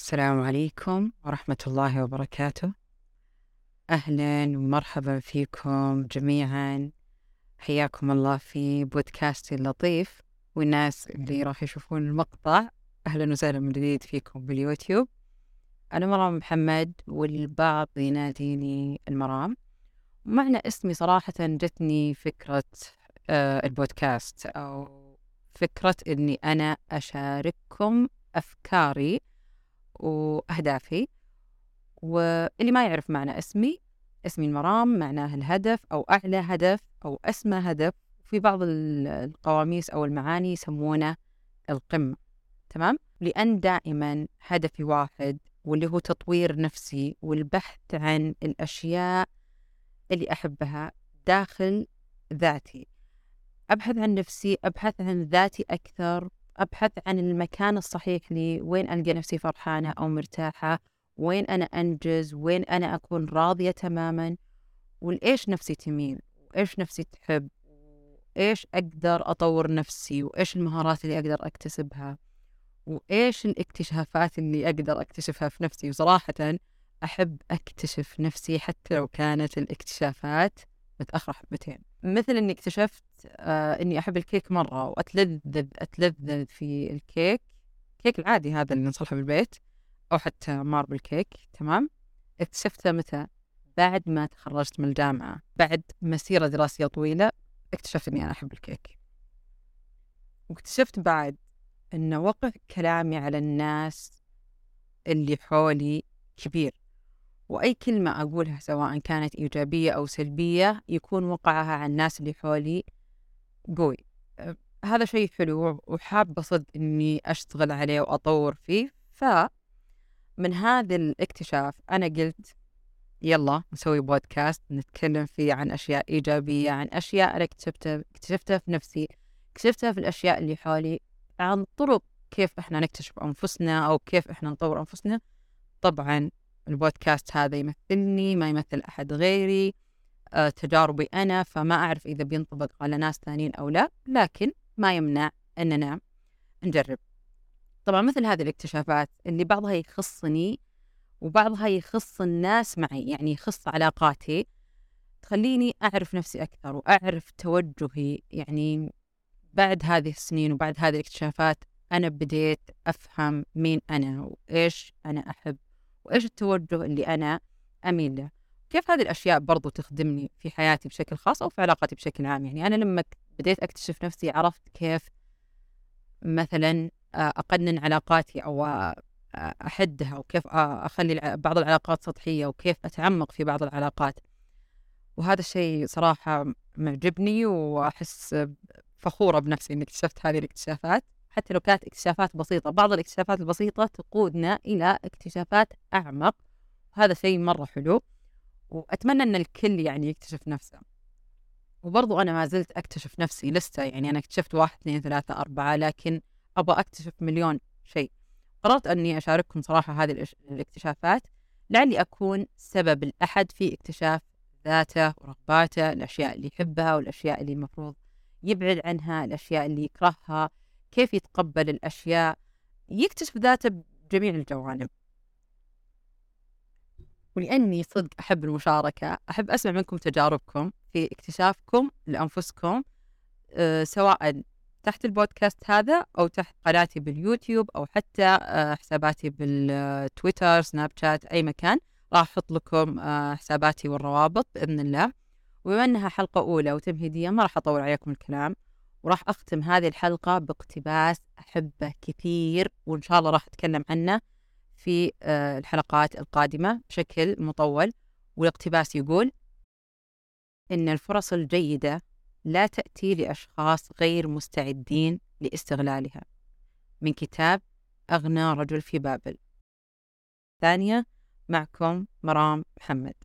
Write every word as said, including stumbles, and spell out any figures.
السلام عليكم ورحمة الله وبركاته. أهلا ومرحبا فيكم جميعا، حياكم الله في بودكاستي اللطيف. والناس اللي راح يشوفون المقطع أهلا وسهلا من جديد فيكم باليوتيوب. أنا مرام محمد والبعض يناديني المرام. معنى اسمي صراحة جتني فكرة آه البودكاست أو فكرة أني أنا أشارككم أفكاري وأهدافي. واللي ما يعرف معنى اسمي، اسمي المرام معناه الهدف أو أعلى هدف أو أسمى هدف. في بعض القواميس أو المعاني يسمونه القمة. تمام؟ لأن دائما هدفي واحد، واللي هو تطوير نفسي والبحث عن الأشياء اللي أحبها داخل ذاتي. أبحث عن نفسي، أبحث عن ذاتي أكثر، أبحث عن المكان الصحيح لي، وين ألقى نفسي فرحانة أو مرتاحة، وين أنا أنجز، وين أنا أكون راضية تماما، والإيش نفسي تميل، وإيش نفسي تحب، وإيش أقدر أطور نفسي، وإيش المهارات اللي أقدر أكتسبها، وإيش الاكتشافات اللي أقدر أكتشفها في نفسي. وصراحة أحب أكتشف نفسي حتى لو كانت الاكتشافات متأخرة حبتين. مثل إني اكتشفت آه إني أحب الكيك مرة، وأتلذذ أتلذذ في الكيك، كيك العادي هذا اللي نصلحه بالبيت، أو حتى ماربل كيك. تمام؟ اكتشفته متى؟ بعد ما تخرجت من الجامعة، بعد مسيرة دراسية طويلة اكتشفت إني أنا أحب الكيك. واكتشفت بعد إن وقع كلامي على الناس اللي حولي كبير، وأي كلمة أقولها سواء كانت إيجابية أو سلبية يكون وقعها على الناس اللي حولي قوي. أه، هذا شيء حلو وحاب صدق إني أشتغل عليه وأطور فيه. فمن هذا الاكتشاف أنا قلت يلا نسوي بودكاست نتكلم فيه عن أشياء إيجابية، عن أشياء أنا اكتشفتها اكتشفتها في نفسي، اكتشفتها في الأشياء اللي حولي، عن طرق كيف إحنا نكتشف أنفسنا أو كيف إحنا نطور أنفسنا. طبعا البودكاست هذا يمثلني، ما يمثل أحد غيري، أه تجاربي أنا، فما أعرف إذا بينطبق على ناس ثانيين أو لا، لكن ما يمنع أننا نجرب. طبعا مثل هذه الاكتشافات اللي بعضها يخصني وبعضها يخص الناس معي، يعني يخص علاقاتي، تخليني أعرف نفسي أكثر وأعرف توجهي. يعني بعد هذه السنين وبعد هذه الاكتشافات أنا بديت أفهم مين أنا وإيش أنا أحب وإيش التوجه اللي أنا أميل له، كيف هذه الأشياء برضو تخدمني في حياتي بشكل خاص أو في علاقاتي بشكل عام. يعني أنا لما بديت أكتشف نفسي عرفت كيف مثلا أقنن علاقاتي أو أحدها، وكيف أخلي بعض العلاقات سطحية، وكيف أتعمق في بعض العلاقات. وهذا الشيء صراحة معجبني، وأحس فخورة بنفسي إني اكتشفت هذه الاكتشافات، حتى لو كانت اكتشافات بسيطة. بعض الاكتشافات البسيطة تقودنا إلى اكتشافات أعمق، وهذا شيء مرة حلو، وأتمنى أن الكل يعني يكتشف نفسه. وبرضو أنا ما زلت أكتشف نفسي لسه، يعني أنا اكتشفت واحد اثنين ثلاثة أربعة، لكن أبغى أكتشف مليون شيء. قررت أني أشارككم صراحة هذه الاكتشافات لعلي أكون سبب الأحد في اكتشاف ذاته ورغباته، الأشياء اللي يحبها والأشياء اللي المفروض يبعد عنها، الأشياء اللي يكرهها، كيف يتقبل الأشياء، يكتشف ذاته بجميع الجوانب. ولأني صدق أحب المشاركة، أحب أسمع منكم تجاربكم في اكتشافكم لأنفسكم، أه سواء تحت البودكاست هذا أو تحت قناتي باليوتيوب أو حتى أه حساباتي بالتويتر، سناب شات، أي مكان. راح أحط لكم أه حساباتي والروابط بإذن الله. وبما أنها حلقة أولى وتمهيدية ما راح أطول عليكم الكلام، وراح أختم هذه الحلقة باقتباس أحبه كثير، وإن شاء الله راح أتكلم عنه في أه الحلقات القادمة بشكل مطول. والاقتباس يقول إن الفرص الجيدة لا تأتي لأشخاص غير مستعدين لاستغلالها، من كتاب أغنى رجل في بابل. ثانية، معكم مرام محمد.